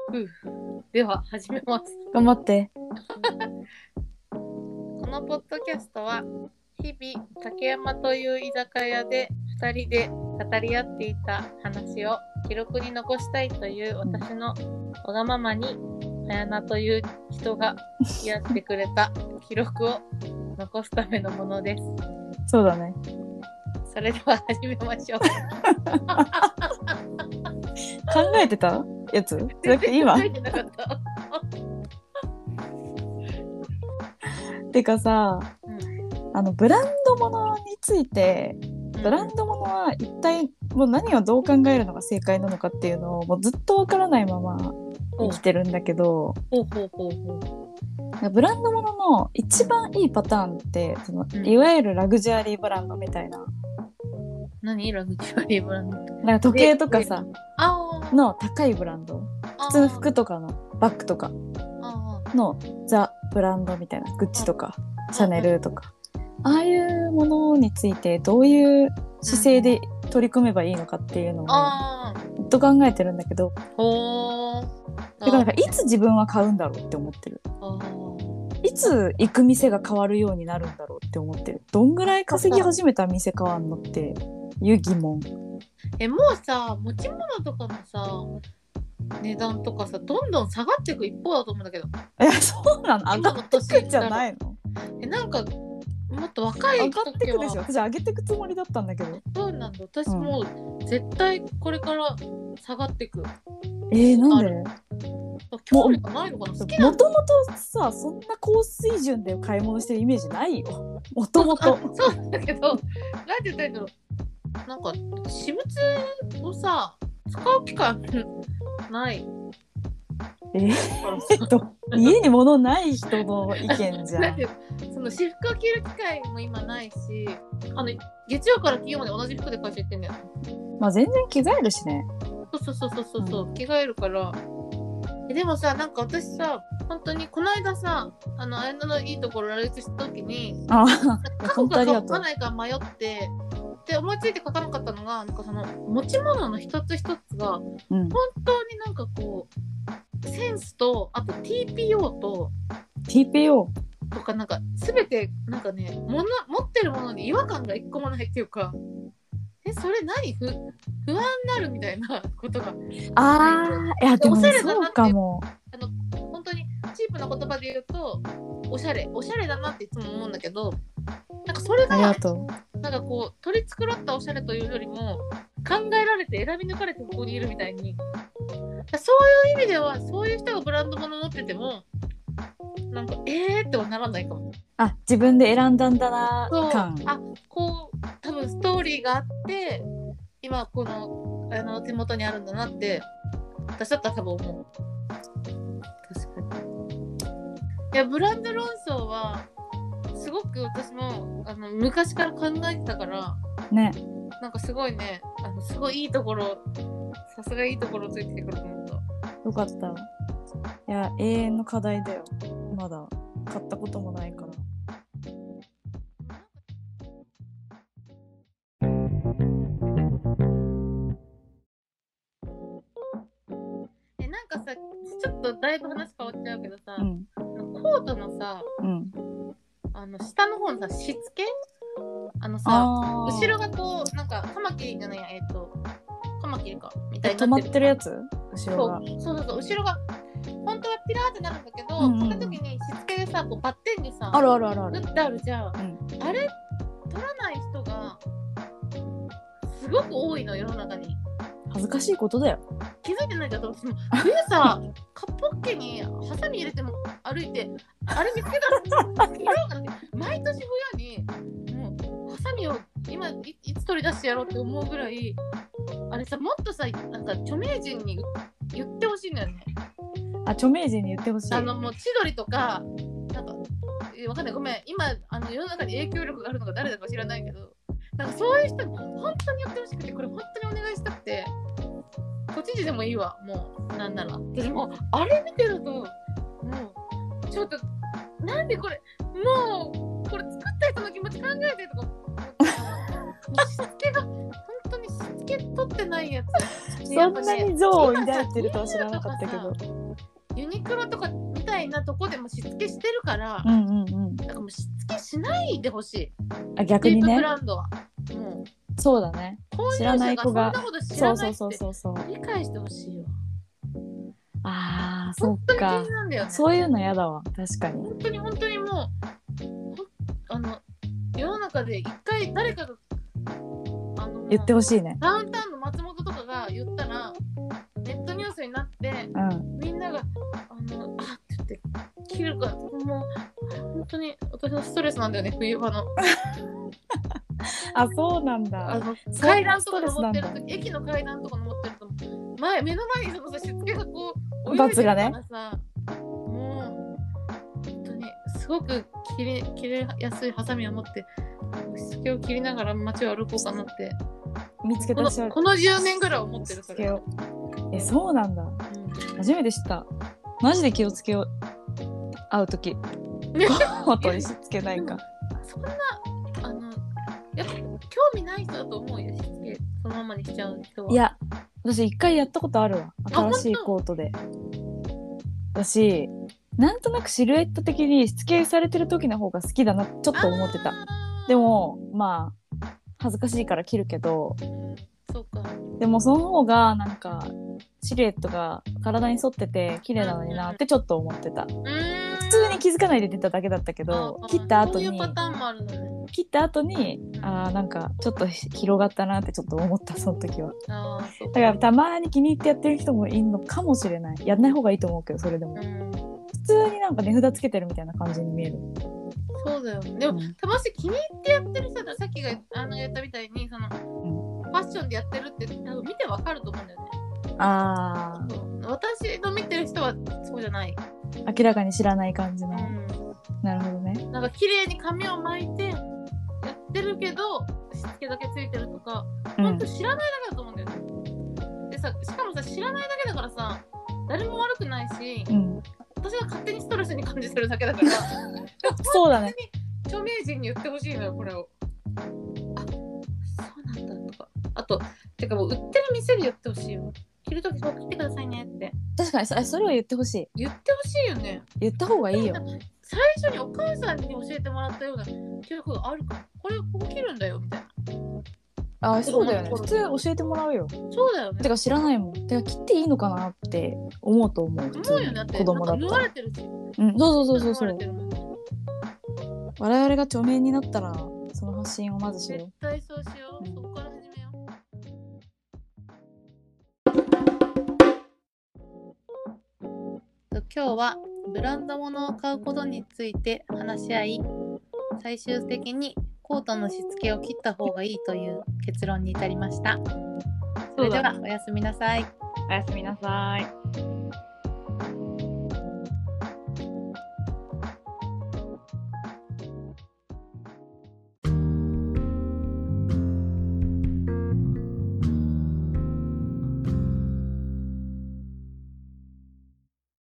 では始めます。 頑張って。 このポッドキャストは日々竹山という居酒屋で2人で語り合っていた話を記録に残したいという私のわがままに綾菜という人が付き合ってくれた記録を残すためのものです。 そうだね。 それでは始めましょう。 考えてたやつだって今考えてなかった。 てかさ、ブランド物について、ブランド物は一体もう何をどう考えるのが正解なのかっていうのをもうずっとわからないまま生きてるんだけど、ブランド物の一番いいパターンっていわゆるラグジュアリーブランドみたいな。 何ラグジュアリーブランド？ なんか時計とかさの高いブランド、普通服とかのバッグとかのザ・ブランドみたいな、グッチとかシャネルとか、ああいうものについてどういう姿勢で取り組めばいいのかっていうのをずっと考えてるんだけど、だからなんかいつ自分は買うんだろうって思ってる。いつ行く店が変わるようになるんだろうって思ってる。どんぐらい稼ぎ始めたら店変わんのっていう疑問。 もうさ、持ち物とかのさ値段とかさ、どんどん下がっていく一方だと思うんだけど。 そうなの？上がってくんじゃないの？ なんかもっと若い時は上がってくでしょ。私上げてくつもりだったんだけど。 そうなんだ。私もう絶対これから下がってく。 なんで？ 興味がないのかな？好きなの？ もともとさ、そんな高水準で買い物してるイメージないよ。もともと。 そうだけど、なんて言ったらいいんだろう。なんか私物をさ使う機会ない。 家に物ない人の意見じゃん。 その私服を着る機会も今ないし、月曜から金曜まで同じ服で会社行ってんだよ。 まあ全然着替えるしね。 そう、着替えるから。でもさ、なんか私さ、本当にこの間さ、綾菜のいいところ羅列した時に、書くか書かないか迷ってで思いついて書かなかったのが、なんかその持ち物の一つ一つが、本当になんかこうセンスと、あと TPO とか、なんか全てなんかね、持ってるものに違和感が一個もないっていうか、それ何不安になるみたいなことが。 いやでもそうかも。 本当にチープな言葉で言うとおしゃれだなっていつも思うんだけど、なんかそれがなんかこう取り繕ったおしゃれというよりも考えられて選び抜かれてここにいるみたいに、そういう意味ではそういう人がブランド物持っててもなんかってはならないかも。 自分で選んだんだな感。 こう多分ストーリーがあって今この手元にあるんだなって私だったら多分思う。確かに。いやブランド論争はすごく私も昔から考えてたからね。 なんかすごいね、すごいいいところ、さすがいいところついてくると思った。 よかった。いや永遠の課題だよ。まだ買ったこともないから。 なんかさ、ちょっとだいぶ話変わっちゃうけどさ、コートのさ、下の方のさ、しつけ後ろがこうなんかカマキリじゃないや、カマキリかみたいになってる。 止まってるやつ？後ろが。 そう後ろが本当はピラーってなるんだけど、この時にしつけでさ、こうバッテンにさ、 ある塗ってあるじゃん。あれ取らない人がすごく多いの、世の中に。 恥ずかしいことだよ。 気づいてないけど、冬さ、カッポッケにハサミ入れても歩いて、あれ見つけたら毎年冬にもうハサミを今いつ取り出してやろうって思うぐらい、あれさ、もっとさ、なんか著名人に言ってほしいんだよね。 著名人に言ってほしい。 もう千鳥とか、なんかわかんない、ごめん、今世の中に影響力があるのが誰だか知らないけど、なんかそういう人に本当に言ってほしくて、これ本当にお願いしたくて、都知事でもいいわ、もうなんなら。でもあれ見てると、もうちょっとなんでこれ、もうこれ作った人の気持ち考えてとか、しつけが本当にしつけ気取ってないやつそんなに像を抱いてるとは知らなかったけど、 ユニクロとかみたいなとこでもしつけしてるから、だからもうしつけしないでほしい。 あ、逆にね。 ディープブランドはもうそうだね。知らない子が、 そう理解してほしいよ。 ああ、そっか。 本当に気になんだよね。 そういうのやだわ、確かに。 本当にもう世の中で一回誰かが言ってほしいね。 ダウンタウンの松本とかが言ったらネットニュースになって、みんながって言って切るから、もう本当に私のストレスなんだよね、冬場の。 あ、そうなんだ。 階段とか登ってる時、駅の階段とか登ってると目の前にそのさ、しつけがこう泳いでるからさ、もう本当にすごく切れやすいハサミを持ってしつけを切りながら街を歩こうかなって見つけたしこの10年ぐらい思ってる。それそうなんだ、初めて知った。マジで気をつけよう、会うとき本当にしつけないか。 そんなやっぱ興味ない人だと思うよ、しつけそのままにしちゃう人は。いや、私一回やったことあるわ、新しいコートで。私なんとなくシルエット的にしつけされてる時の方が好きだなちょっと思ってた。でもまあ恥ずかしいから切るけど、 そうか。 でもその方がなんかシルエットが体に沿ってて綺麗なのになってちょっと思ってた。普通に気づかないで出ただけだったけど、切った後に切った後になんかちょっと広がったなってちょっと思った、その時は。だからたまに気に入ってやってる人もいるのかもしれない。やんない方がいいと思うけど、それでも普通になんか値札つけてるみたいな感じに見える。 そうだよね。でも、たまし気に入ってやってる人だったら、さっきが言ったみたいにファッションでやってるって多分見てわかると思うんだよね。私の見てる人はそうじゃない。 明らかに知らない感じの。なるほどね。 なんか綺麗に髪を巻いてやってるけどしつけだけついてるとか、本当知らないだけだと思うんだよね。でさ、しかもさ、知らないだけだからさ、誰も悪くないし、私が勝手にストレスに感じてるだけだからそうだね。 著名人に言ってほしいのよ、これを。そうなんだとか。あとてかもう売ってる店で言ってほしいよ。着るときそう切ってくださいねって。 確かにそれは言ってほしい。 言ってほしいよね。 言った方がいいよ。 最初にお母さんに教えてもらったような記憶があるから、これこう切るんだよみたいな。 そうだよね。普通教えてもらうよ。 そうだよね。 てか知らないもん。てか切っていいのかなって思うと思う。 思うよね。だって子供だったら。 縫われてるし。 そう。我々が著名になったらその発信をまずしよう。 絶対そうしよう。そこから始めよう。今日はブランド物を買うことについて話し合い、最終的にコートのしつけを切った方がいいという結論に至りました。それではおやすみなさい。 おやすみなさい。